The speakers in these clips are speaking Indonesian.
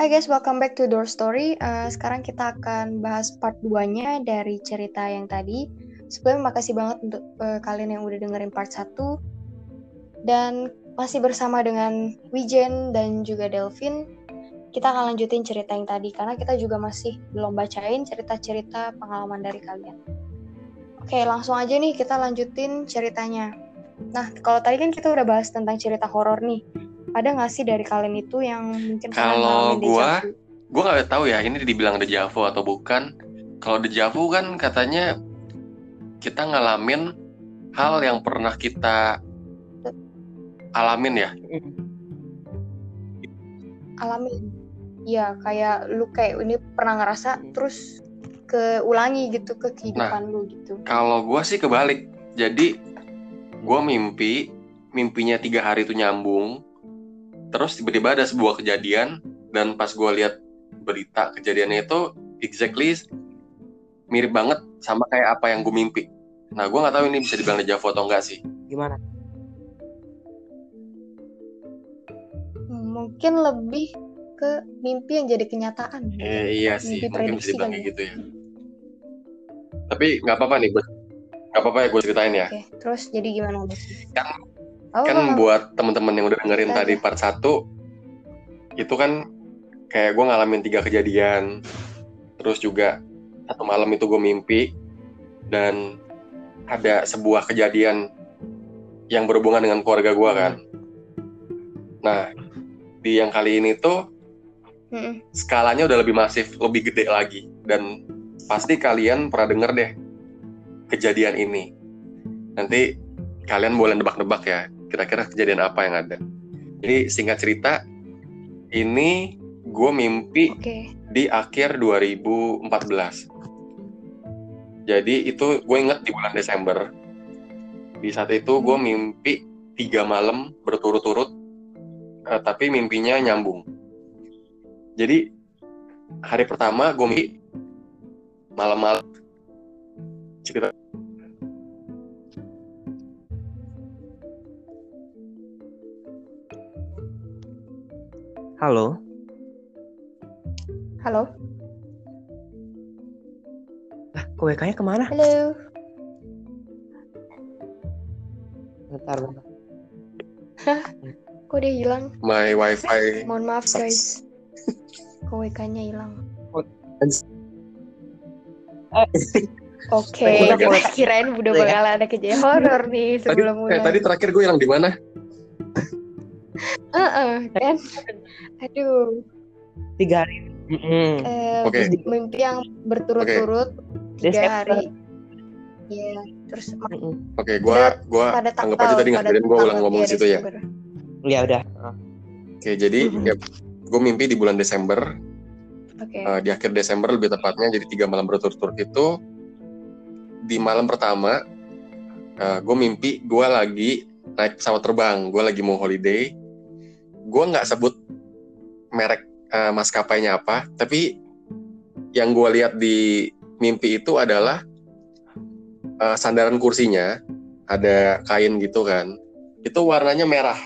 Hai guys, welcome back to Door Story. Sekarang kita akan bahas part 2-nya dari cerita yang tadi. Sebelumnya makasih banget untuk kalian yang udah dengerin part 1. Dan masih bersama dengan Wijen dan juga Delvin. Kita akan lanjutin cerita yang tadi, karena kita juga masih belum bacain cerita-cerita pengalaman dari kalian. Oke, langsung aja nih kita lanjutin ceritanya. Nah, kalau tadi kan kita udah bahas tentang cerita horor nih. Ada nggak sih dari kalian itu yang mungkin pernah Kalau ngalamin deja vu? gue nggak tahu ya ini dibilang deja vu atau bukan. Kalau deja vu kan katanya kita ngalamin hal yang pernah kita alamin ya. Alamin. Iya, kayak lu kayak ini pernah ngerasa terus keulangi gitu ke kehidupan lu gitu. Kalau gue sih kebalik. Jadi gue mimpinya 3 hari itu nyambung. Terus tiba-tiba ada sebuah kejadian dan pas gue lihat berita kejadiannya itu exactly mirip banget sama kayak apa yang gue mimpi. Nah, gue nggak tahu ini bisa dibilang deja vu atau enggak sih. Gimana? Mungkin lebih ke mimpi yang jadi kenyataan. Iya sih, Mimpi mungkin bisa prediksi dibilang kali kayak gitu ya. Tapi nggak apa-apa nih, nggak apa-apa ya gue ceritain ya. Oke, terus jadi gimana? Kan buat teman-teman yang udah dengerin Cerita tadi aja. part 1, itu kan kayak gue ngalamin 3 kejadian. Terus juga satu malam itu gue mimpi dan ada sebuah kejadian yang berhubungan dengan keluarga gue kan. Nah, di yang kali ini tuh skalanya udah lebih masif, lebih gede lagi. Dan pasti kalian pernah denger deh kejadian ini. Nanti kalian boleh nebak-nebak ya, kira-kira kejadian apa yang ada. Jadi singkat cerita, ini gue mimpi di akhir 2014. Jadi itu gue inget di bulan Desember. Di saat itu gue mimpi 3 malam berturut-turut, tapi mimpinya nyambung. Jadi hari pertama gue mimpi malam-malam cerita. Halo. Lah, WK-nya kemana? Halo. Bentar. Kok dia hilang? My wifi. Mohon maaf guys. Kok WK-nya hilang? Oke, kirain udah bakal ada kejadian horor nih sebelum mulai. Tadi terakhir gue hilang di mana? Kan? Aduh. 3 hari. Mimpi yang berturut-turut 3 hari. Iya, terus Oke, gue anggap aja tadi nggak kejadian, gue ulang ngomong situ ya. Ya udah. Oke, jadi ya, gue mimpi di bulan Desember. Di akhir Desember lebih tepatnya, jadi 3 malam berturut-turut itu. Di malam pertama, gue mimpi gue lagi naik pesawat terbang, gue lagi mau holiday. Gue nggak sebut merek maskapainya apa, tapi yang gue lihat di mimpi itu adalah sandaran kursinya ada kain gitu kan, itu warnanya merah.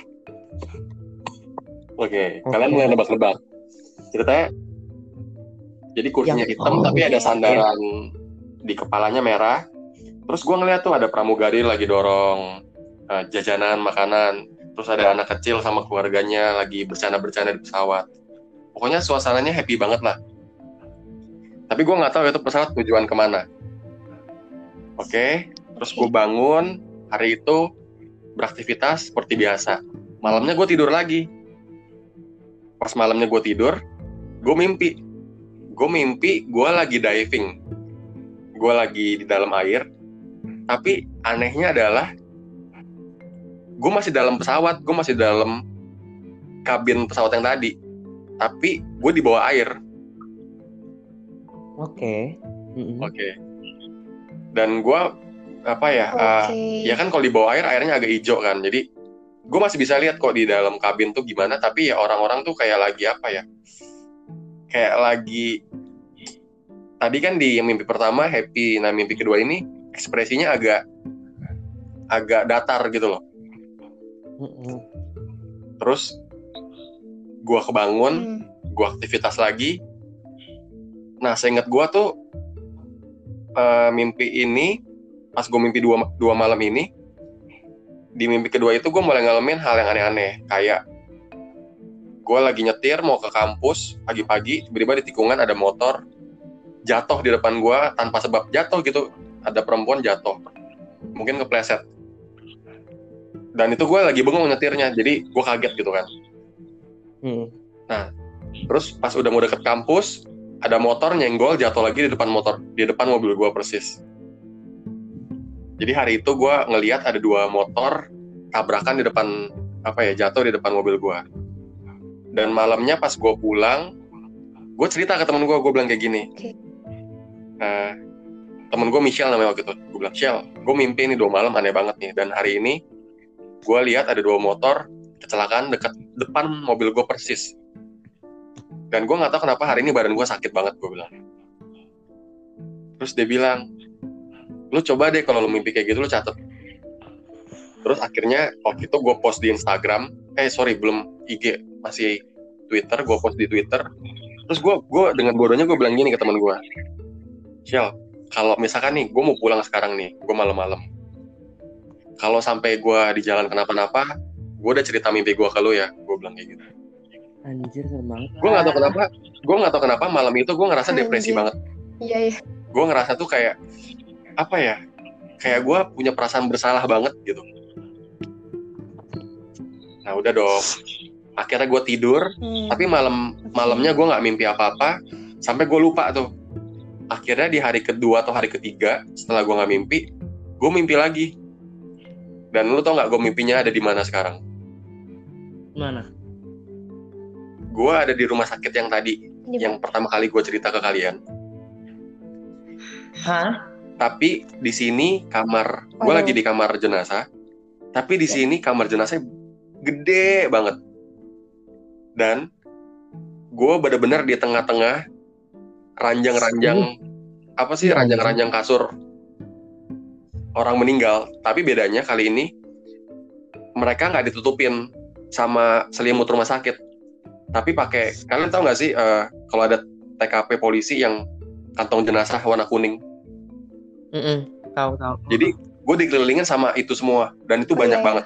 Oke. Kalian mulai nebak-nebak ceritanya. Jadi kursinya hitam tapi ada sandaran di kepalanya merah. Terus gue ngeliat tuh ada pramugari lagi dorong jajanan makanan. Terus ada anak kecil sama keluarganya lagi bercanda-bercanda di pesawat. Pokoknya suasananya happy banget lah. Tapi gue nggak tahu itu pesawat tujuan kemana. Oke. Terus gue bangun hari itu beraktivitas seperti biasa. Malamnya gue tidur lagi. Pas malamnya gue tidur, gue mimpi gue lagi diving. Gue lagi di dalam air. Tapi anehnya adalah gue masih dalam pesawat, gue masih dalam kabin pesawat yang tadi, tapi gue di bawah air. Oke. Dan gue ya kan kalau di bawah air airnya agak hijau kan, jadi gue masih bisa lihat kok di dalam kabin tuh gimana, tapi ya orang-orang tuh kayak lagi kayak lagi tadi kan di mimpi pertama happy, nah mimpi kedua ini ekspresinya agak datar gitu loh. Terus gue kebangun, gue aktivitas lagi. Nah, seingat gue tuh mimpi ini, pas gue mimpi dua malam ini, di mimpi kedua itu gue mulai ngalamin hal yang aneh-aneh. Kayak gue lagi nyetir mau ke kampus pagi-pagi, tiba-tiba di tikungan ada motor jatuh di depan gue tanpa sebab jatuh gitu. Ada perempuan jatuh, mungkin kepleset. Dan itu gue lagi bengong nyetirnya, jadi gue kaget gitu kan. Nah, terus pas udah mau deket kampus, ada motor nyenggol jatuh lagi di depan mobil gue persis. Jadi hari itu gue ngelihat ada 2 motor tabrakan di depan, jatuh di depan mobil gue. Dan malamnya pas gue pulang, gue cerita ke temen gue bilang kayak gini. Temen gue Michelle namanya waktu itu, gue bilang, Michelle, gue mimpi ini 2 malam aneh banget nih. Dan hari ini gue lihat ada 2 motor kecelakaan dekat depan mobil gue persis. Dan gue nggak tahu kenapa hari ini badan gue sakit banget, gue bilang. Terus dia bilang, lu coba deh kalau lu mimpi kayak gitu lu catet. Terus akhirnya waktu itu gue post di Instagram, belum IG, masih Twitter, gue post di Twitter. Terus gue dengan bodohnya gue bilang gini ke teman gue, Shell, kalau misalkan nih gue mau pulang sekarang nih, gue malam-malam, kalau sampai gue di jalan kenapa-napa, gue udah cerita mimpi gue ke lu ya, gue bilang kayak gitu. Anjir, serem banget. Gue nggak tahu kenapa malam itu gue ngerasa depresi banget. Iya. Gue ngerasa tuh kayak kayak gue punya perasaan bersalah banget gitu. Nah udah dong, akhirnya gue tidur, tapi malamnya gue nggak mimpi apa-apa, sampai gue lupa tuh. Akhirnya di hari kedua atau hari ketiga setelah gue nggak mimpi, gue mimpi lagi. Dan lu tau nggak gue mimpinya ada di mana sekarang? Mana? Gue ada di rumah sakit yang tadi, yang pertama kali gue cerita ke kalian. Hah? Tapi di sini gue lagi di kamar jenazah. Tapi di sini kamar jenazah gede banget. Dan gue benar-benar di tengah-tengah ranjang-ranjang ranjang-ranjang kasur orang meninggal. Tapi bedanya kali ini mereka nggak ditutupin sama selimut rumah sakit, tapi pakai, kalian tahu nggak sih kalau ada TKP polisi yang kantong jenazah warna kuning? Tahu. Jadi gue dikelilingin sama itu semua, dan itu banyak banget.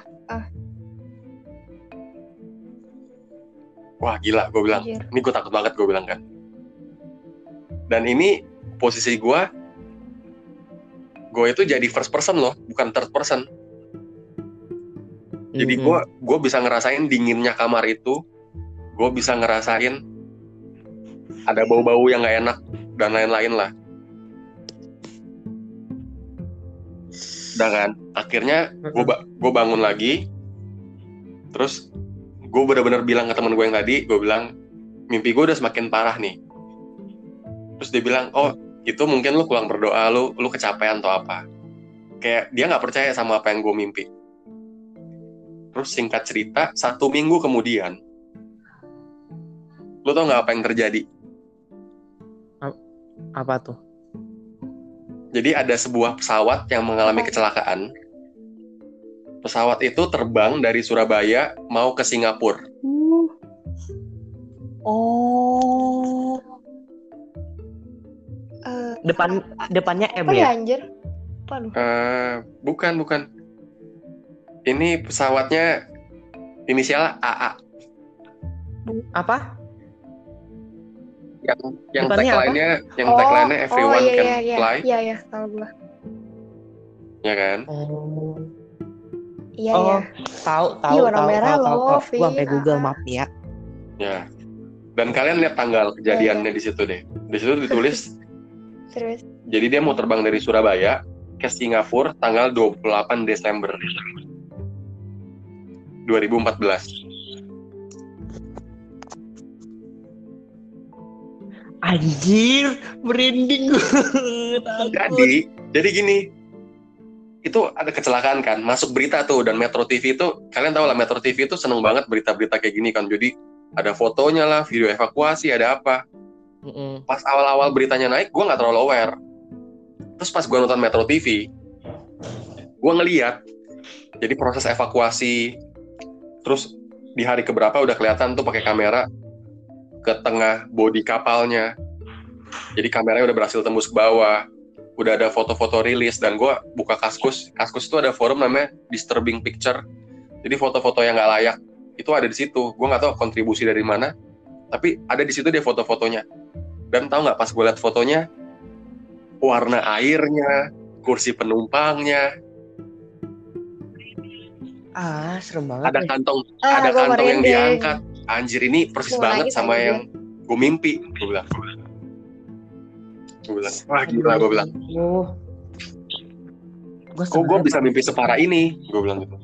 Wah gila, gue bilang. Ini gue takut banget, gue bilang kan. Dan ini posisi gue itu jadi first person loh, bukan third person. Jadi gue bisa ngerasain dinginnya kamar itu, gue bisa ngerasain ada bau-bau yang nggak enak dan lain-lain lah. Udah kan, akhirnya gue bangun lagi, terus gue benar-benar bilang ke teman gue yang tadi, gue bilang mimpi gue udah semakin parah nih. Terus dia bilang, oh itu mungkin lu kurang berdoa, lu kecapean atau apa. Kayak dia nggak percaya sama apa yang gue mimpi. Terus singkat cerita, 1 minggu kemudian, lu tau nggak apa yang terjadi? Apa tuh? Jadi ada sebuah pesawat yang mengalami kecelakaan. Pesawat itu terbang dari Surabaya mau ke Singapura. Depannya M ya? ya? Anjir. Bukan. Ini pesawatnya inisialnya AA. Apa? Yang tagline-nya everyone can fly. Iya, tahu gua. Ya kan? Iya. Tahu. Warna merah loh, Gua sampai Google Map ya. Ya. Dan kalian lihat tanggal kejadiannya di situ deh. Di situ ditulis. Terus. Jadi dia mau terbang dari Surabaya ke Singapura tanggal 28 Desember 2014. Anjir, merinding gue. Jadi gini, itu ada kecelakaan kan, masuk berita tuh, dan Metro TV itu, kalian tahu lah Metro TV itu seneng banget berita-berita kayak gini kan, jadi ada fotonya lah, video evakuasi, ada apa. Pas awal-awal beritanya naik, gue nggak terlalu aware. Terus pas gue nonton Metro TV, gue ngeliat, jadi proses evakuasi, terus di hari keberapa udah kelihatan tuh pakai kamera ke tengah bodi kapalnya. Jadi kameranya udah berhasil tembus ke bawah. Udah ada foto-foto rilis, dan gue buka Kaskus. Kaskus itu ada forum namanya Disturbing Picture. Jadi foto-foto yang nggak layak itu ada di situ. Gue nggak tahu kontribusi dari mana, tapi ada di situ dia foto-fotonya. Dan tahu nggak, pas gue lihat fotonya, warna airnya, kursi penumpangnya, Serem banget. ada nih. kantong, Ah, ada gua kantong yang merinding. diangkat. Anjir, ini persis Gua banget nangis sama aja yang gue mimpi. Gue bilang, wah gila, gue bilang, kok gue bisa mimpi separah ini? Gue bilang gitu.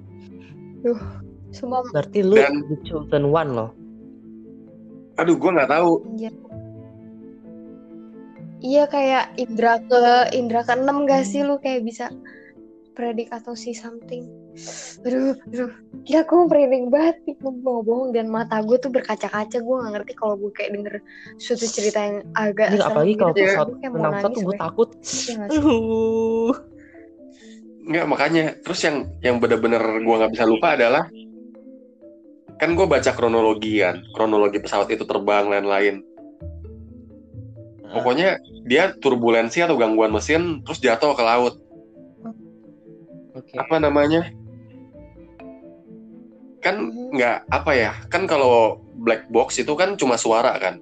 Semua Berarti lu Dan- the chosen one loh. Aduh, gue nggak tahu. anjir. Iya, kayak indra ke 6 gak sih, lu kayak bisa predik atau see something. Aduh. Gila, gue merinding banget nih, mau bohong, dan mata gue tuh berkaca-kaca. Gue gak ngerti kalau gue kayak denger suatu cerita yang agak Ini serem apalagi gitu, kalau kayak pesawat gue kayak mau menang nangis. satu gue gue. takut. Iya gak sih? Nggak, makanya. Terus yang bener-bener gue nggak bisa lupa adalah, kan gue baca kronologi pesawat itu terbang, lain-lain. Pokoknya dia turbulensi atau gangguan mesin, terus jatuh ke laut. Oke. Apa namanya? Kan nggak, apa ya? Kan kalau black box itu kan cuma suara kan.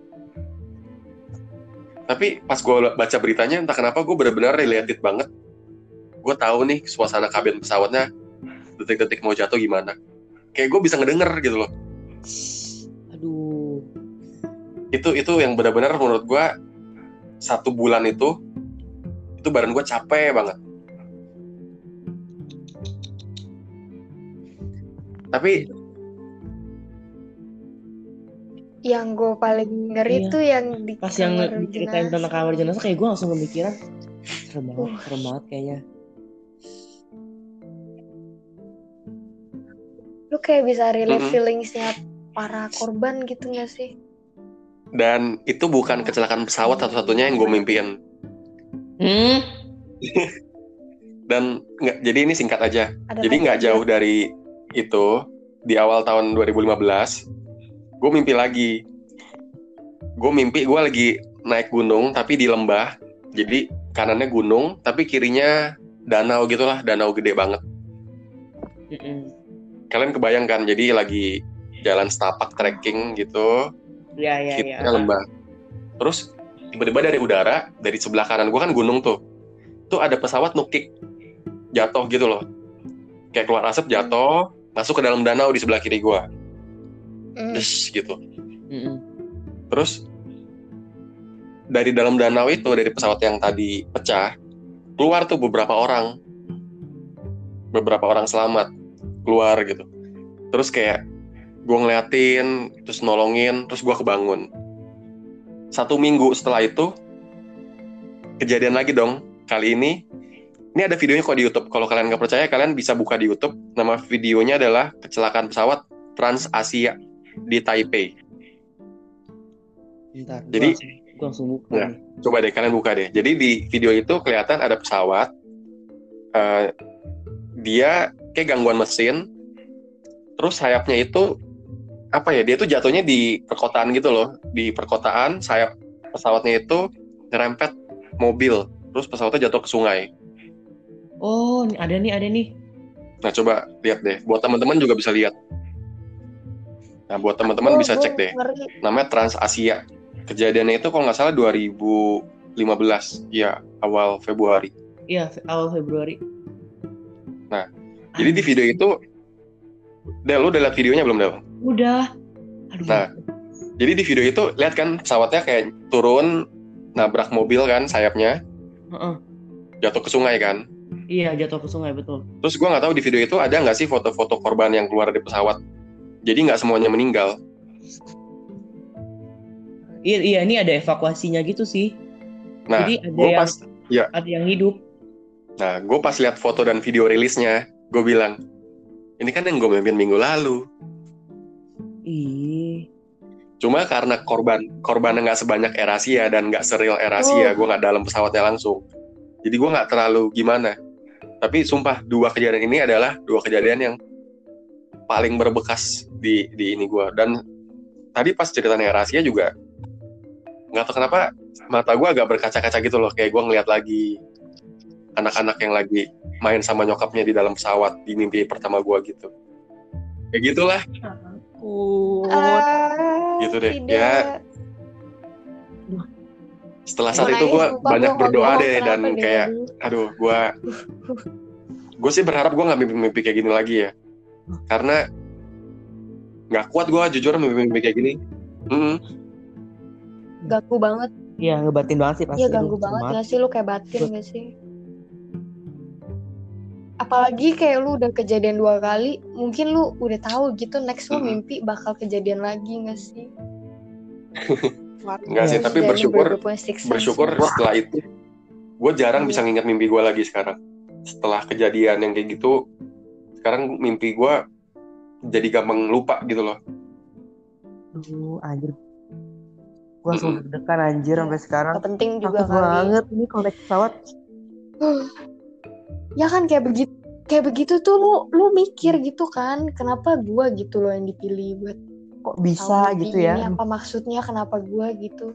Tapi pas gue baca beritanya, entah kenapa gue benar-benar related banget. Gue tahu nih suasana kabin pesawatnya detik-detik mau jatuh gimana. Kayak gue bisa ngedenger gitu loh. Aduh. Itu yang benar-benar menurut gue, 1 bulan itu badan gue capek banget. Tapi Yang gue paling ngeri Iya. tuh yang di Pas yang kamar diceritain tentang kamar jenazah kayak gue langsung kepikiran. Serem banget kayaknya. Lu kayak bisa relate Mm-mm. feelingsnya para korban gitu gak sih? dan itu bukan kecelakaan pesawat satu-satunya yang gue mimpiin. Dan jadi ini singkat aja. Ada Jadi lagi nggak ya? jauh dari itu, di awal tahun 2015, gue mimpi lagi. Gue mimpi gue lagi naik gunung tapi di lembah. Jadi kanannya gunung tapi kirinya danau gitulah, danau gede banget. Kalian kebayang kan? Jadi lagi jalan setapak trekking gitu, Iya. kitnya lembah. Terus tiba-tiba dari udara, dari sebelah kanan gue kan gunung tuh ada pesawat nukik jatuh gitu loh, kayak keluar asap jatuh masuk ke dalam danau di sebelah kiri gue, des gitu. Terus dari dalam danau itu, dari pesawat yang tadi pecah, keluar tuh beberapa orang selamat keluar gitu. Terus kayak gue ngeliatin, terus nolongin, terus gue kebangun. 1 minggu setelah itu kejadian lagi dong. Kali ini ada videonya kok di YouTube. Kalau kalian nggak percaya, kalian bisa buka di YouTube. Nama videonya adalah kecelakaan pesawat Trans Asia di Taipei. Bentar, Jadi gue langsung buka ya, nih. coba deh kalian buka deh. Jadi di video itu kelihatan ada pesawat, dia kayak gangguan mesin, terus sayapnya itu apa ya? Dia tuh jatuhnya di perkotaan gitu loh. Di perkotaan, sayap pesawatnya itu nyerempet mobil, terus pesawatnya jatuh ke sungai. Oh, ada nih. Nah, coba lihat deh. Buat teman-teman juga bisa lihat. Nah, buat teman-teman bisa cek deh. Namanya Trans Asia. Kejadiannya itu kalau nggak salah 2015, ya awal Februari. Iya, awal Februari. Nah, jadi di video itu, lu udah lihat videonya belum, Del? Udah. Aduh. Nah, jadi di video itu lihat kan pesawatnya kayak turun, nabrak mobil kan sayapnya, jatuh ke sungai kan. Iya, jatuh ke sungai, betul. Terus gue nggak tahu di video itu ada nggak sih foto-foto korban yang keluar dari pesawat. Jadi nggak semuanya meninggal. Iya, ini ada evakuasinya gitu sih. Nah, jadi ada yang hidup. Nah, gue pas lihat foto dan video rilisnya, gue bilang, ini kan yang gue mimpin minggu lalu. Cuma karena korbannya nggak sebanyak AirAsia dan nggak seril AirAsia, gue nggak dalam pesawatnya langsung. Jadi gue nggak terlalu gimana. Tapi sumpah 2 kejadian ini adalah 2 kejadian yang paling berbekas di ini gue. Dan tadi pas ceritanya rahasia juga nggak tahu kenapa mata gue agak berkaca-kaca gitu loh, kayak gue ngeliat lagi anak-anak yang lagi main sama nyokapnya di dalam pesawat di mimpi pertama gue gitu. Kayak gitulah. Gitu deh. Tidak. Ya. Setelah saat Gua itu gue nangis, sumpah, banyak gua nggak berdoa bohong. deh, dan Kenapa deh, kayak aduh. gue sih berharap gue nggak mimpi-mimpi kayak gini lagi ya, karena nggak kuat gue jujur mimpi-mimpi kayak gini. Ganggu banget. Iya, ngebatin banget sih pasti. Iya, ganggu banget nggak sih, lu kayak batin nggak sih? Apalagi kayak lu udah kejadian 2 kali, mungkin lu udah tahu gitu next lu mimpi bakal kejadian lagi nggak sih? Nggak sih, tapi bersyukur setelah itu gue jarang bisa nginget mimpi gue lagi sekarang. Setelah kejadian yang kayak gitu, sekarang mimpi gue jadi gampang lupa gitu loh. Anjir, gue langsung deg-degan anjir sampai sekarang. Gak penting juga kali. Banget ini kalau naik pesawat. Ya kan kayak begitu tuh lu mikir gitu kan, kenapa gue gitu loh yang dipilih buat kok bisa gitu ya? Ini apa maksudnya, kenapa gue gitu?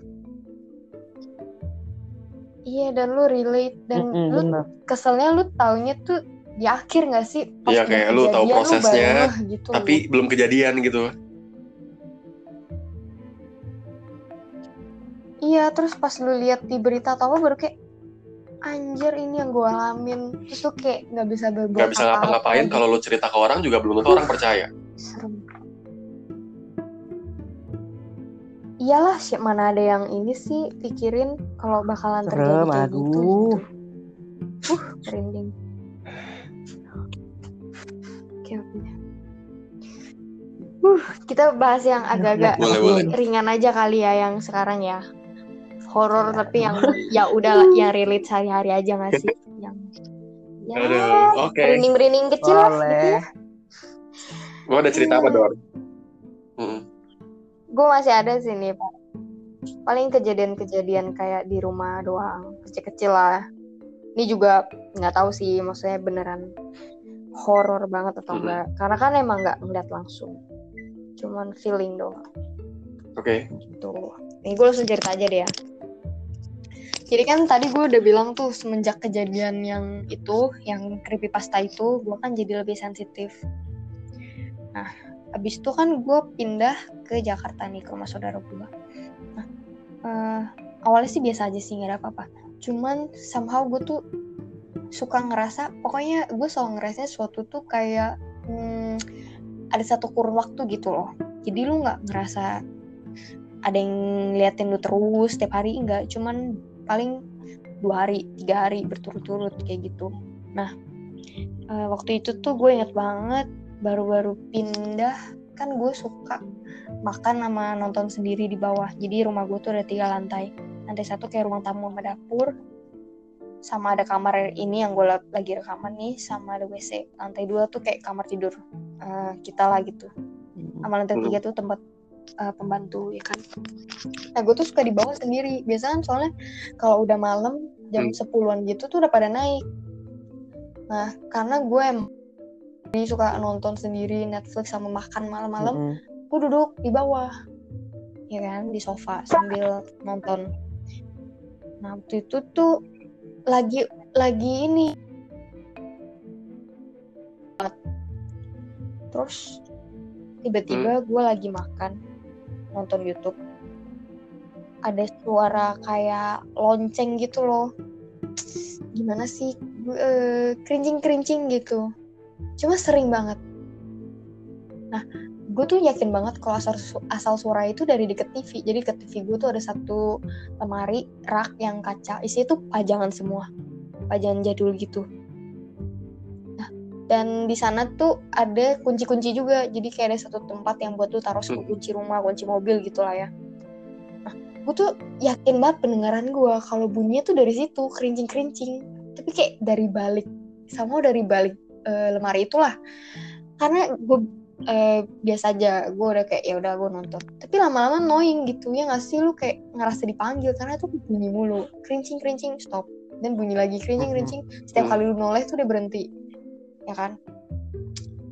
Iya, dan lu relate dan lu bener. Keselnya lu taunya tuh di akhir nggak sih? Iya, kayak lu tahu prosesnya, lu gitu tapi belum kejadian gitu. Iya, terus pas lu lihat di berita atau apa baru kayak anjir ini yang gue alamin. Terus tuh kayak nggak bisa berbuat apa-apa. Nggak bisa ngapa-ngapain gitu. Kalau lu cerita ke orang juga belum tentu orang percaya. Serem. Iyalah, mana ada yang ini sih pikirin kalau bakalan terjadi kayak gitu. Merinding. Oke. Kita bahas yang agak-agak ringan aja kali ya yang sekarang ya. Horor tapi yang ya udah yang relate sehari-hari aja nggak sih? Yang merinding kecil lah gitu ya. Gue ada cerita apa Dor? Gue masih ada sih nih Pak. Paling kejadian-kejadian kayak di rumah doang, kecil-kecil lah. Ini juga nggak tahu sih maksudnya beneran horor banget atau enggak, karena kan emang nggak ngeliat langsung, cuman feeling doang. Oke. Gitu. Nih gue langsung cerita aja deh ya. Jadi kan tadi gue udah bilang tuh semenjak kejadian yang itu, yang creepypasta itu, gue kan jadi lebih sensitif. Nah, abis itu kan gue pindah ke Jakarta nih ke rumah saudara gue. Nah, awalnya sih biasa aja sih, nggak ada apa-apa. Cuman somehow gue tuh suka ngerasa, pokoknya gue selalu ngerasa sesuatu tuh kayak ada satu kurun waktu gitu loh. Jadi lu nggak ngerasa ada yang ngeliatin lu terus setiap hari, enggak, cuman paling 2 hari, 3 hari berturut-turut kayak gitu. Nah, waktu itu tuh gue inget banget baru-baru pindah kan gue suka makan sama nonton sendiri di bawah. Jadi rumah gue tuh ada 3 lantai. Lantai 1 kayak ruang tamu sama dapur, sama ada kamar ini yang gue lagi rekaman nih, sama ada WC. Lantai 2 tuh kayak kamar tidur kita lah gitu. Sama lantai 3 tuh tempat pembantu ya kan. Nah gue tuh suka di bawah sendiri. Biasanya kan soalnya kalau udah malam jam 10-an gitu tuh udah pada naik. Nah karena gue suka nonton sendiri Netflix sama makan malam-malam, gue duduk di bawah ya kan, di sofa sambil nonton. Nah waktu itu tuh lagi ini terus tiba-tiba gue lagi makan nonton YouTube, ada suara kayak lonceng gitu loh. Gimana sih, kerincing gitu, cuma sering banget. Nah gue tuh yakin banget kalau asal suara itu dari deket TV. Jadi deket TV gue tuh ada satu lemari rak yang kaca, isinya tuh pajangan semua, pajangan jadul gitu. Nah dan di sana tuh ada kunci-kunci juga. Jadi kayak ada satu tempat yang buat lu taruh kunci rumah, kunci mobil gitulah ya. Nah gue tuh yakin banget pendengaran gue kalau bunyinya tuh dari situ, kerincing. Tapi kayak dari balik lemari itulah. Karena gue biasa aja, gue udah kayak ya udah gue nonton. Tapi lama-lama annoying gitu ya nggak sih, lu kayak ngerasa dipanggil karena tuh bunyi mulu, kerincing stop, dan bunyi lagi kerincing. Setiap kali lu noleh tuh dia berhenti, ya kan?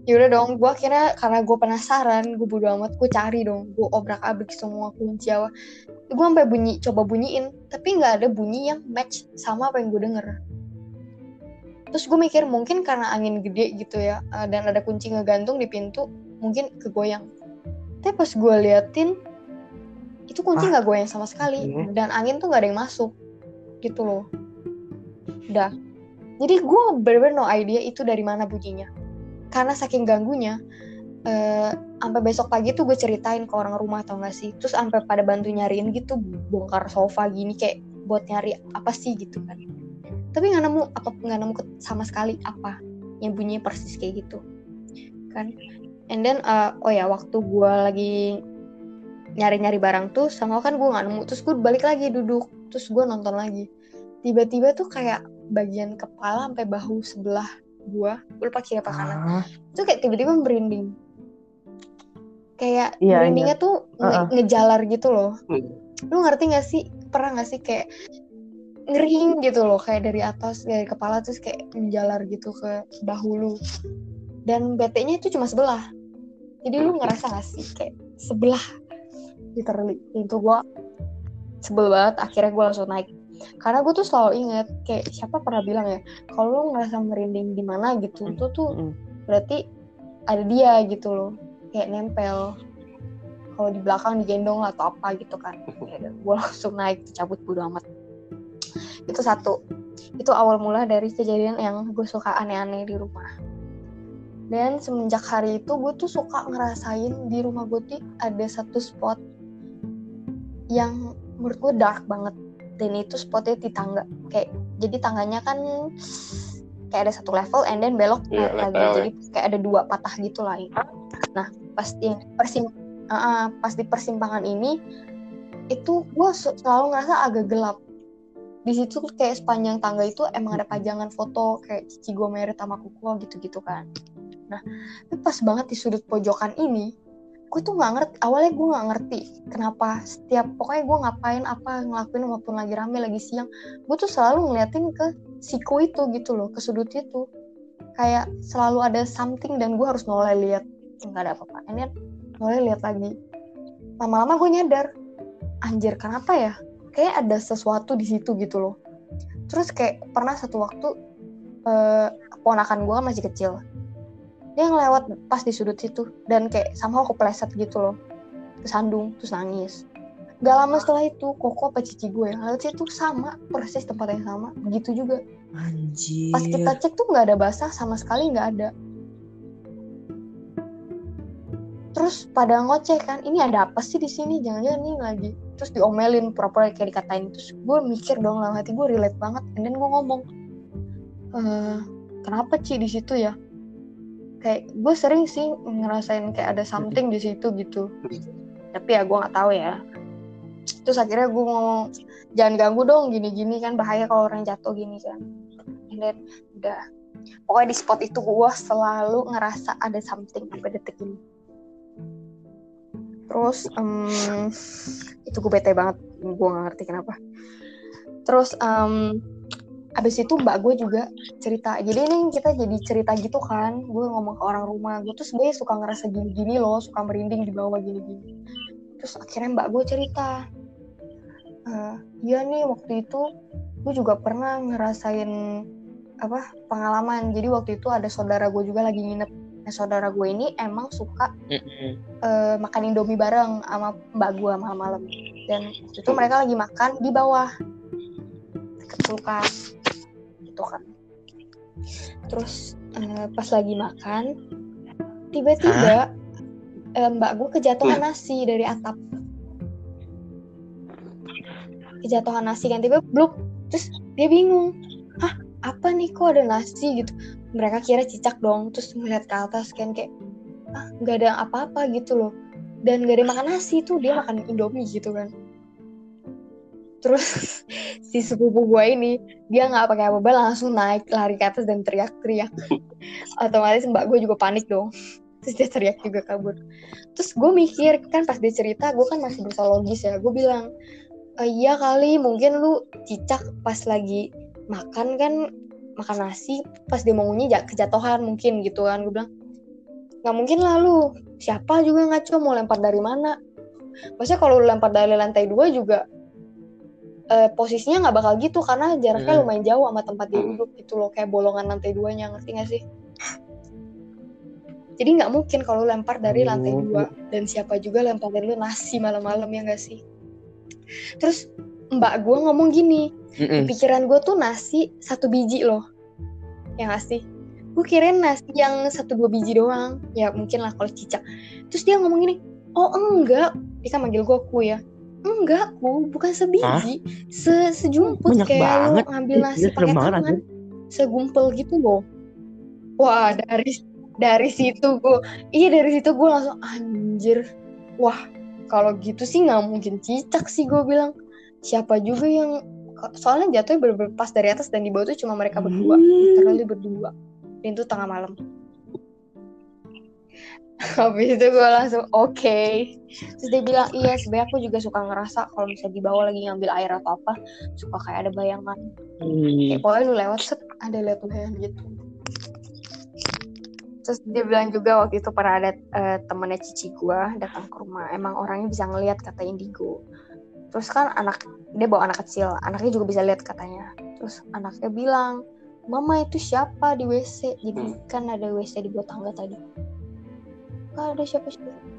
Yaudah dong, gue akhirnya karena gue penasaran, gue bodo amat, gue cari dong, gue obrak-abrik semua kunci apa. Gue sampai coba bunyiin, tapi nggak ada bunyi yang match sama apa yang gue denger. Terus gue mikir mungkin karena angin gede gitu ya, dan ada kunci ngegantung di pintu, mungkin kegoyang. Tapi pas gue liatin, itu kunci nggak goyang sama sekali, dan angin tuh nggak ada yang masuk, gitu loh. Udah. Jadi gue bener-bener no idea itu dari mana bunyinya. Karena saking ganggunya, sampai besok pagi tuh gue ceritain ke orang rumah tau gak sih. Terus sampai pada bantu nyariin gitu, bongkar sofa gini kayak buat nyari apa sih gitu kan. Tapi nggak nemu sama sekali apa yang bunyinya persis kayak gitu kan. And then waktu gue lagi nyari-nyari barang tuh sama kan gue nggak nemu. Terus gue balik lagi duduk, terus gue nonton lagi. Tiba-tiba tuh kayak bagian kepala sampai bahu sebelah gue lupa kiri apa kanan, itu kayak tiba-tiba merinding. Kayak merindingnya tuh ngejalar gitu loh. Lu ngerti gak sih? Pernah gak sih kayak ngering gitu loh, kayak dari atas, dari kepala terus kayak menjalar gitu ke bahu lu. Dan BT-nya itu cuma sebelah. Jadi lu ngerasa gak sih kayak sebelah literally. Itu gue sebel banget, akhirnya gue langsung naik. Karena gue tuh selalu inget kayak siapa pernah bilang ya, kalau lu ngerasa merinding di mana gitu, itu tuh berarti ada dia gitu loh, kayak nempel. Kalau di belakang digendong atau apa gitu kan. Ya, gue langsung naik, cabut bodo amat. Itu satu. Itu awal mula dari kejadian yang gue suka aneh-aneh di rumah. Dan semenjak hari itu gue tuh suka ngerasain di rumah gue tuh ada satu spot yang menurut gue dark banget. Dan itu spotnya di tangga, kayak jadi tangganya kan kayak ada satu level and then belok naik lagi, jadi kayak ada dua patah gitu lah. Nah pas di persimpangan ini itu gue selalu ngerasa agak gelap. Di situ kayak sepanjang tangga itu emang ada pajangan foto kayak cici gue Merit sama Kuko gitu kan. Nah tapi pas banget di sudut pojokan ini, gue tuh nggak ngerti, awalnya gue nggak ngerti kenapa pokoknya gue ngapain apa ngelakuin walaupun lagi rame lagi siang, gue tuh selalu ngeliatin ke siku itu gitu loh, ke sudut itu, kayak selalu ada something dan gue harus noleh lihat, nggak ada apa-apa, ini noleh lihat lagi, lama-lama gue nyadar, anjir kenapa ya, kayak ada sesuatu di situ gitu loh. Terus kayak pernah satu waktu keponakan gue masih kecil, dia ngelewat pas di sudut situ dan kayak somehow kepleset gitu loh, kesandung terus nangis. Gak lama setelah itu Koko apa cici gue lewat situ sama persis tempat yang sama begitu juga. Anjir. Pas kita cek tuh nggak ada basah sama sekali, nggak ada. Terus pada ngoceh kan, ini ada apa sih di sini, jangan-jangan ini lagi. Terus diomelin pura-pura kayak dikatain. Terus gue mikir dong, dalam hati gue relate banget. And then gue ngomong, kenapa Ci di situ ya? Kayak gue sering sih ngerasain kayak ada something di situ gitu, tapi ya gue nggak tahu ya. Terus akhirnya gue ngomong jangan ganggu dong gini-gini kan, bahaya kalau orang jatuh gini kan. And then udah, pokoknya di spot itu gue selalu ngerasa ada something sampai detik ini. Terus itu gue bete banget, gue nggak ngerti kenapa. Terus abis itu mbak gue juga cerita, jadi ini kita jadi cerita gitu kan, gue ngomong ke orang rumah, gue tuh sebenarnya suka ngerasa gini-gini loh, suka merinding di bawah gini-gini. Terus akhirnya mbak gue cerita, iya nih waktu itu gue juga pernah ngerasain pengalaman. Jadi waktu itu ada saudara gue juga lagi nginep. Nah saudara gue ini emang suka makan Indomie bareng sama mbak gue malam-malam. Dan waktu itu mereka lagi makan di bawah dekat kulkas gitu kan. Terus pas lagi makan tiba-tiba mbak gue kejatuhan nasi dari atap. Kejatuhan nasi kan, tiba bluk. Terus dia bingung, apa nih kok ada nasi gitu. Mereka kira cicak dong. Terus ngeliat ke atas kan kayak gak ada apa-apa gitu loh. Dan gak ada makan nasi tuh, dia makan Indomie gitu kan. Terus si sepupu gue ini, dia nggak pakai apa-apa langsung naik lari ke atas dan teriak-teriak. Otomatis mbak gue juga panik dong. Terus dia teriak juga kabur. Terus gue mikir kan pas dia cerita, gue kan masih berusaha logis ya. Gue bilang, iya kali mungkin lu cicak pas lagi makan kan, makan nasi pas dia mau ngunyah kejatuhan mungkin gitu kan. Gue bilang Nggak mungkin lah lu, siapa juga ngaco mau lempar dari mana. Maksudnya kalau lu lempar dari lantai 2 juga posisinya nggak bakal gitu karena jaraknya lumayan jauh sama tempat dia duduk gitu loh, kayak bolongan lantai 2-nya, ngerti nggak sih? Jadi nggak mungkin kalau lempar dari lantai 2 dan siapa juga lempar dari lu nasi malam-malam, ya nggak sih? Terus mbak gue ngomong gini, di pikiran gue tuh nasi 1 biji loh, ya nggak sih? Gue kirain nasi yang 1-2 biji doang, ya mungkin lah kalau cicak. Terus dia ngomong gini, oh enggak, dia kan manggil gue ku ya. Enggak, ku bukan sebiji, sejumput banyak kayak banget. lo ngambil nasi pakai tangan, segumpel gitu loh. Wah, dari situ gue langsung anjir. Wah, kalau gitu sih nggak mungkin cicak sih, gue bilang. Siapa juga yang, soalnya jatuhnya bener-bener pas dari atas dan di bawah tuh cuma mereka berdua, literally berdua. Dan itu tengah malam. Habis itu gue langsung oke. Terus dia bilang, iya sebenarnya aku juga suka ngerasa kalau misalnya di bawah lagi ngambil air atau apa, suka kayak ada bayangan. Kayak pokoknya lu lewat set ada liat bayangan gitu. Terus dia bilang juga waktu itu pernah ada temennya cici gue datang ke rumah, emang orangnya bisa ngelihat kata Indigo. Terus kan dia bawa anak kecil, anaknya juga bisa lihat katanya. Terus anaknya bilang, mama itu siapa di WC? Jadi kan ada WC di bawah tangga tadi. Ada siapa?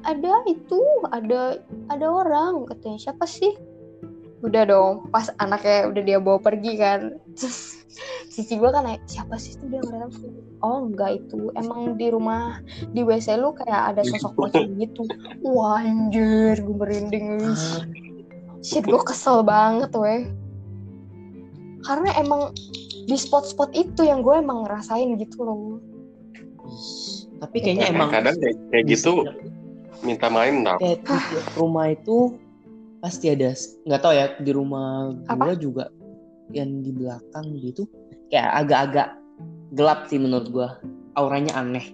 Ada orang katanya, siapa sih? Udah dong, pas anaknya udah dia bawa pergi kan. Terus cici gue kan nanya, siapa sih itu? Dia ngerasa, oh enggak, itu emang di rumah di WC lu kayak ada sosok pocong gitu. Wah anjir, gue merinding. Shit, gue kesel banget weh. Karena emang di spot-spot itu yang gue emang ngerasain gitu loh. Tapi kayaknya emang kadang kayak gitu minta main tau. Kayak tiap rumah itu pasti ada, nggak tahu ya, di rumah gue juga yang di belakang gitu kayak agak-agak gelap sih menurut gue, auranya aneh.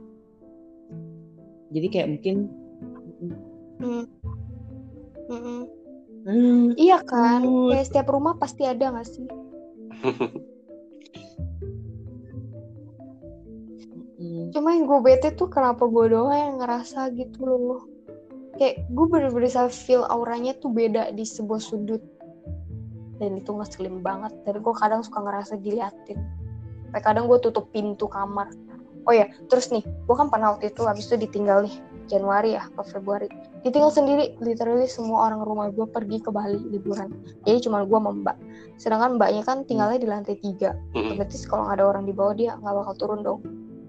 Jadi kayak mungkin iya kan, kayak setiap rumah pasti ada nggak sih? Cuma yang gue bete tuh kenapa gue doang yang ngerasa gitu loh. Kayak gue bener-bener bisa feel auranya tuh beda di sebuah sudut. Dan itu ngeselin banget. Dan gue kadang suka ngerasa diliatin. Kayak kadang gue tutup pintu kamar. Oh ya, terus nih, gue kan pernah waktu itu habis itu ditinggal nih, Januari ya, ke Februari. Ditinggal sendiri, literally semua orang rumah gue pergi ke Bali liburan. Jadi cuma gue sama mbak. Sedangkan mbaknya kan tinggalnya di lantai 3. Berarti kalau nggak ada orang di bawah dia nggak bakal turun dong.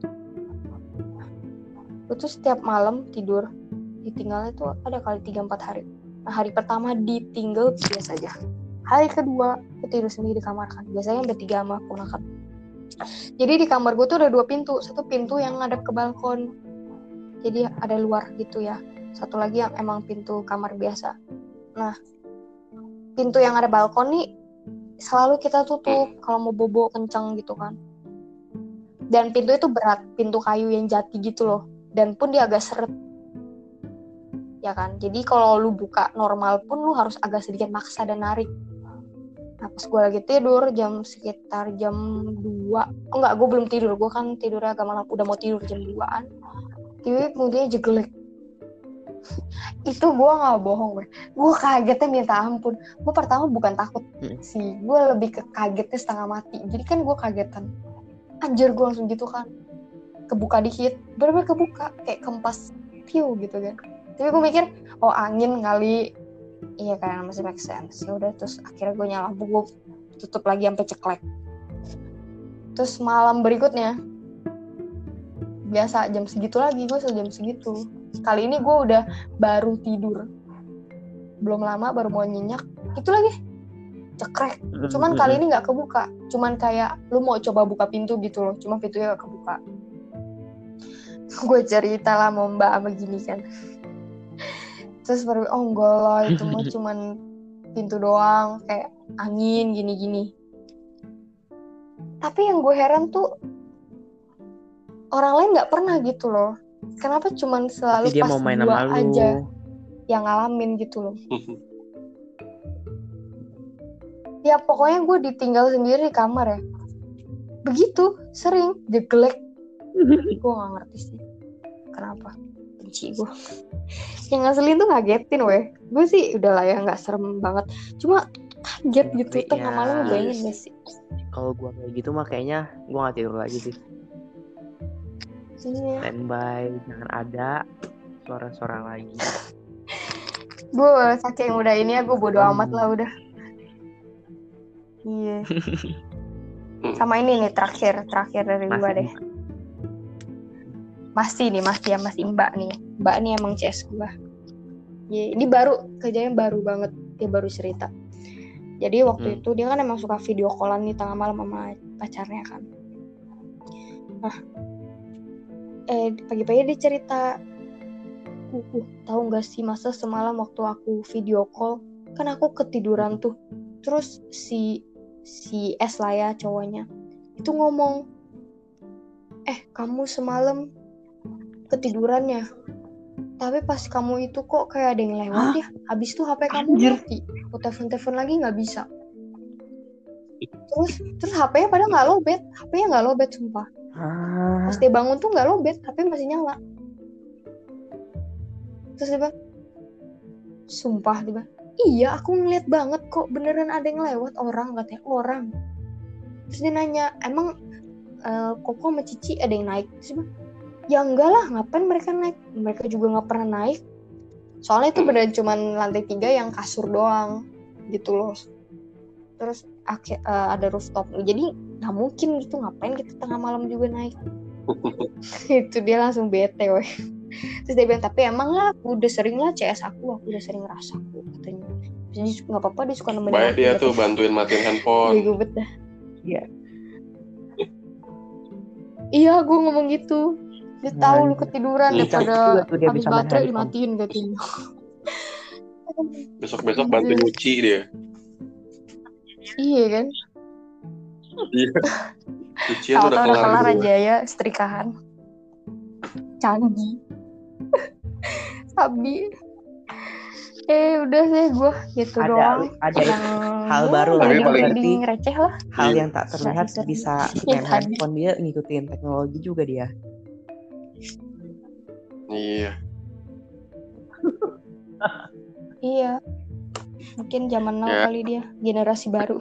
Gue tuh setiap malam tidur ditinggalnya tuh ada kali 3-4 hari. Nah hari pertama ditinggal biasa aja. Hari kedua gue tidur sendiri di kamar kan. Biasanya bertiga sama ponakan. Jadi di kamar gue tuh ada 2 pintu. Satu pintu yang ngadep ke balkon. Jadi ada luar gitu ya. Satu lagi yang emang pintu kamar biasa. Nah pintu yang ada balkon nih selalu kita tutup kalau mau bobo kencang gitu kan. Dan pintu itu berat. Pintu kayu yang jati gitu loh. Dan pun dia agak seret. Ya kan, jadi kalau lu buka normal pun lu harus agak sedikit maksa dan narik. Nah pas gue lagi tidur sekitar jam 2, gue belum tidur, gue kan tidurnya agak malam, udah mau tidur jam 2an, tiba-tiba kemudian jegelek. Itu gue gak bohong gue kagetnya minta ampun. Gue pertama bukan takut sih, gue lebih ke kagetnya setengah mati. Jadi kan gue kagetan, anjir gue langsung gitu kan, kebuka dikit, bener-bener kebuka, kayak kempas piu gitu kan. Tapi gue mikir, oh angin kali, iya kan, masih make sense. Ya udah, terus akhirnya gue nyala lampu, gue tutup lagi sampai ceklek. Terus malam berikutnya, biasa jam segitu lagi, gue jam segitu. Kali ini gue udah baru tidur, belum lama baru mau nyenyak, itu lagi cekrek. Cuman kali ini nggak kebuka, cuman kayak lu mau coba buka pintu gitu loh, cuma pintunya nggak kebuka. Gue cerita lah sama mbak sama gini kan. Terus baru, oh enggak lah, itu mah cuman pintu doang, kayak angin gini-gini. Tapi yang gue heran tuh orang lain nggak pernah gitu loh. Kenapa cuman selalu pas gue aja yang ngalamin gitu loh. Ya pokoknya gue ditinggal sendiri di kamar ya. Begitu, sering jeglek. Gue nggak ngerti sih. kenapa benci gue. Yang ngeselin tuh ngagetin weh. Gue sih udah lah ya gak serem banget, cuma kaget gitu Tapi tengah ya, malam. Bayangin gak sih? kalau gue kayak gitu mah kayaknya gue gak tidur lagi sih. Iya. Standby, jangan ada suara-suara lagi. Gue saking udah ini ya, gue bodo amat lah udah. Iya. Sama ini nih terakhir dari gue deh. Masih Mbak nih emang CS gue. Ya, ini baru kejadian baru banget, dia baru cerita. Jadi waktu itu dia kan emang suka video callan nih tengah malam sama pacarnya kan. Nah, pagi-pagi dia cerita, tahu nggak sih masa semalam waktu aku video call kan aku ketiduran tuh, terus si S lah ya cowoknya itu ngomong, kamu semalam ketidurannya, tapi pas kamu itu kok kayak ada yang lewat ya, habis itu HP kamu mati, aku telepon lagi nggak bisa, terus HP-nya padahal nggak lowbat sumpah. Pas dia bangun tuh nggak lowbat, HP masih nyala. Terus dia bilang, sumpah dia bilang, iya aku ngeliat banget kok beneran ada yang lewat orang, katanya orang. Terus dia nanya, emang Koko sama Cici ada yang naik? Terus dia bilang, ya enggak lah, ngapain mereka naik? Mereka juga nggak pernah naik. Soalnya itu beneran cuman lantai 3 yang kasur doang gitu loh. Terus ada rooftop, jadi nggak mungkin gitu, ngapain kita tengah malam juga naik. Itu dia langsung bete weh. Terus dia bilang, tapi emang lah aku udah sering lah CS aku udah sering ngerasa aku, katanya. Jadi nggak apa-apa, dia suka nemenin. Baik dia tuh bantuin matiin handphone. Gue bet dah. Iya gue ngomong gitu, dia tahu lu ketiduran daripada habis baterai dimatiin katanya. Besok bantu nyuci dia. Iya kan? Iya. Cucian udah kelar aja ya, setrikahan. Canggih. Sabi. Udah sih gue gitu doang. Ada hal baru lah, paling receh lah. Hal yang tak terlihat bisa main handphone, dia ngikutin teknologi juga dia. Iya. Iya. Mungkin zaman now kali dia, generasi baru.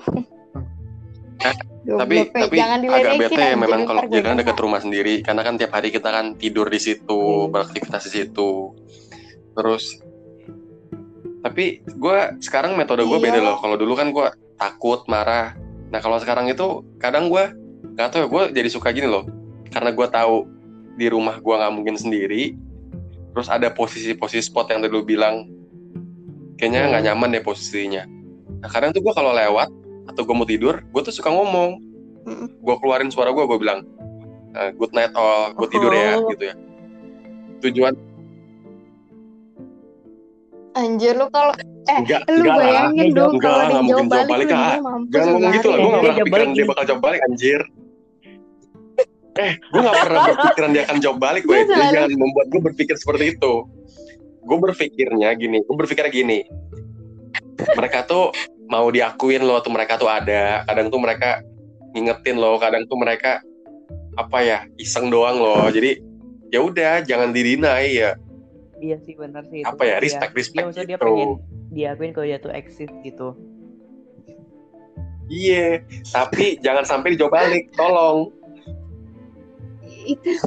Tapi agak bete ya memang kalau jangan dekat rumah sendiri, karena kan tiap hari kita kan tidur di situ, beraktivitas di situ. Terus tapi gue sekarang metode gue beda loh. Kalau dulu kan gue takut, marah. Nah kalau sekarang itu kadang gue nggak tahu ya, gue jadi suka gini loh, karena gue tahu di rumah gue nggak mungkin sendiri. Terus ada posisi-posisi spot yang tadi lu bilang kayaknya nggak nyaman deh posisinya. Nah kadang tuh gue kalau lewat atau gue mau tidur, gue tuh suka ngomong, gue keluarin suara gue bilang good night all, gue tidur ya gitu ya. Tujuan anjir lu kalau lu bayangin dong kalau ada yang jawab balik lu jangan ngomong gitu lah, gue gak pernah pikiran dia bakal jawab balik anjir. Gue gak pernah berpikiran dia akan jawab balik. Jadi jangan membuat gue berpikir seperti itu. Gue berpikirnya gini, mereka tuh mau diakuin loh tuh, mereka tuh ada, kadang tuh mereka ngingetin loh, kadang tuh mereka iseng doang loh. Jadi ya udah jangan didinai ya. Iya sih benar sih. Respect dia, gitu. Dia pengen diakuin kalau dia tuh eksis gitu. Iya, tapi jangan sampai dijawab balik, tolong. Itu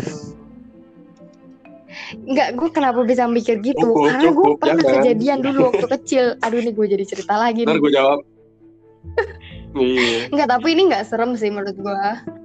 enggak, gue kenapa bisa mikir gitu? Karena gue pernah kejadian dulu waktu kecil. Aduh ini gue jadi cerita lagi nih. Ntar gue jawab. Iya. Enggak, tapi ini enggak serem sih menurut gue.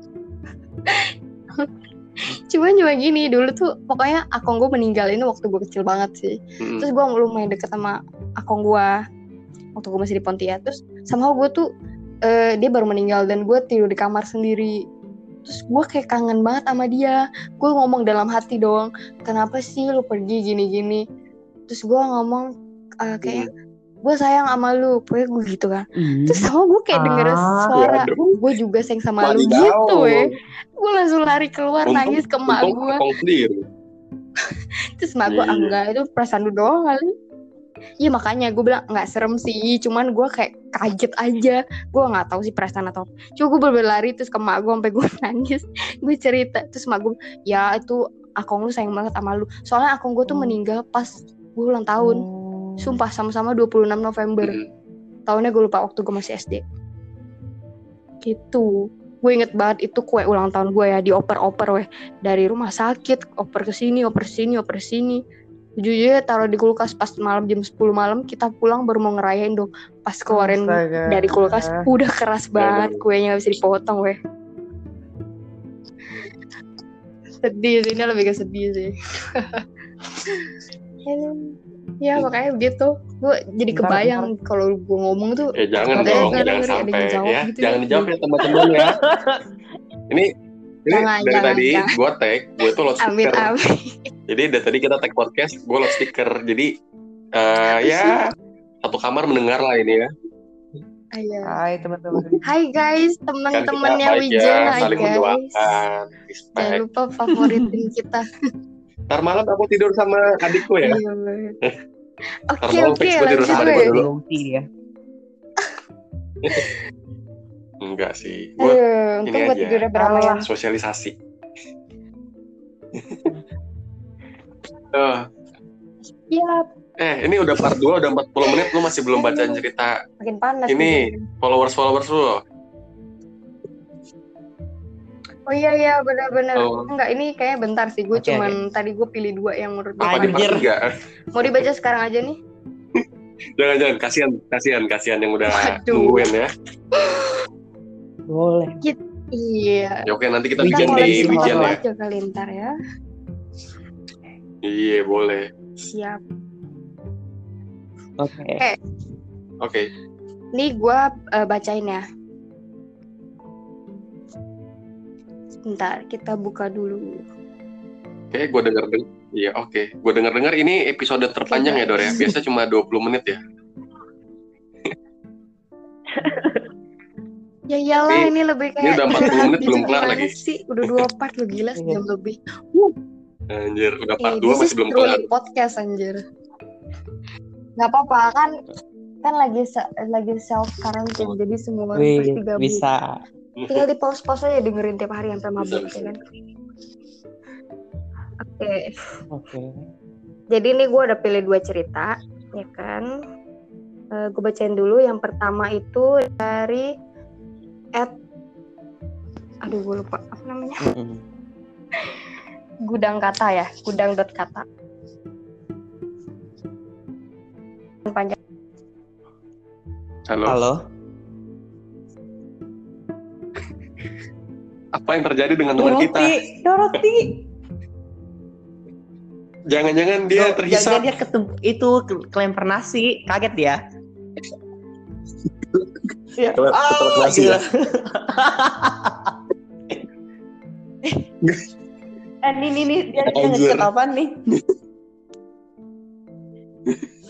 Cuma gini, dulu tuh pokoknya akong gue meninggal ini waktu gue kecil banget sih. Terus gue lumayan deket sama akong gue waktu gue masih di Pontianak. Terus sama gue tuh dia baru meninggal dan gue tidur di kamar sendiri. Terus gue kayak kangen banget sama dia. Gue ngomong dalam hati doang, kenapa sih lu pergi gini-gini. Terus gue ngomong kayak gue sayang sama lu, pokoknya gue gitu kan. Terus sama gue kayak denger suara gue juga sayang sama lu gitu gue langsung lari keluar nangis ke emak gue. Terus emak gue enggak, itu perasaan lu doang kali. Iya makanya gue bilang nggak serem sih, cuman gue kayak kaget aja, gue nggak tahu sih perasaan atau cuma gue berlari terus ke emak gue sampai gue nangis. Gue cerita terus emak gue, ya itu akong lu sayang banget sama lu. Soalnya akong gue tuh meninggal pas gue ulang tahun. Sumpah sama-sama 26 November. Tahunnya gue lupa, waktu gue masih SD. Gitu. Gue inget banget itu kue ulang tahun gue ya, dioper-oper weh. Dari rumah sakit, oper ke sini, oper sini, oper sini. Jujur taruh di kulkas pas malam jam 10 malam kita pulang baru mau ngerayain dong. Pas keluarin dari kulkas udah keras banget kuenya, gak bisa dipotong weh. Sedih sih, ini lebih ke sedih sih. Ya makanya begitu. Gue jadi kebayang kalau gue ngomong tuh. Jangan dong, jangan sampai ya. Gitu jangan dijawab ya teman-teman ya. Ini dari tadi gue tag, gue tuh loudspeaker. Amin. Jadi dari tadi kita tag podcast, gue loudspeaker. Jadi ya satu kamar mendengar lah ini ya. Hai teman-teman. Hai guys, teman-temannya Wijaya, ya, saling mendoakan. Jangan lupa favoritin kita. Ntar malam aku tidur sama adikku ya. Oke, lanjut dulu. Ya. Enggak sih. Gue ini aja. Sosialisasi. Siap. Ini udah part 2, udah 40 menit, lu masih belum bacain cerita. Makin panas. Ini followers lu. Oh iya benar-benar. Enggak, ini kayaknya bentar sih. Gue tadi gue pilih 2 yang menurut gue. Mau dibaca sekarang aja nih? Jangan, kasihan yang udah nungguin ya. Boleh. Iya. Ya, oke, nanti kita bikin di Wijen ya. Aja kali ntar ya. Iya, boleh. Siap. Oke. Nih gue bacain ya. Bentar, kita buka dulu. Oke, gue denger. Iya, oke. Gue dengar ini episode terpanjang ya, Dor ya. Biasa cuma 20 menit ya. Ya iyalah, ini lebih kayak ini udah 40 menit belum kelar lagi. Sih, udah 2 part lo, gila sejam lebih. Anjir, udah part 2 masih belum kelar. Podcast anjir. Gak apa-apa kan lagi self quarantine, jadi semua pasti gabut. Bisa. Tinggal di pause aja dengerin tiap hari sampai mabuk ya kan. Oke. Jadi ini gue udah pilih 2 cerita, ya kan. Gue bacain dulu. Yang pertama itu dari gue lupa apa namanya. Gudang kata ya, gudang.kata. Panjang. Halo. Apa yang terjadi dengan teman kita? Dorothy. Jangan-jangan dia terhisap. Jangan dia kelempar nasi, kaget dia. Gila. Ini dia ngechat apa nih?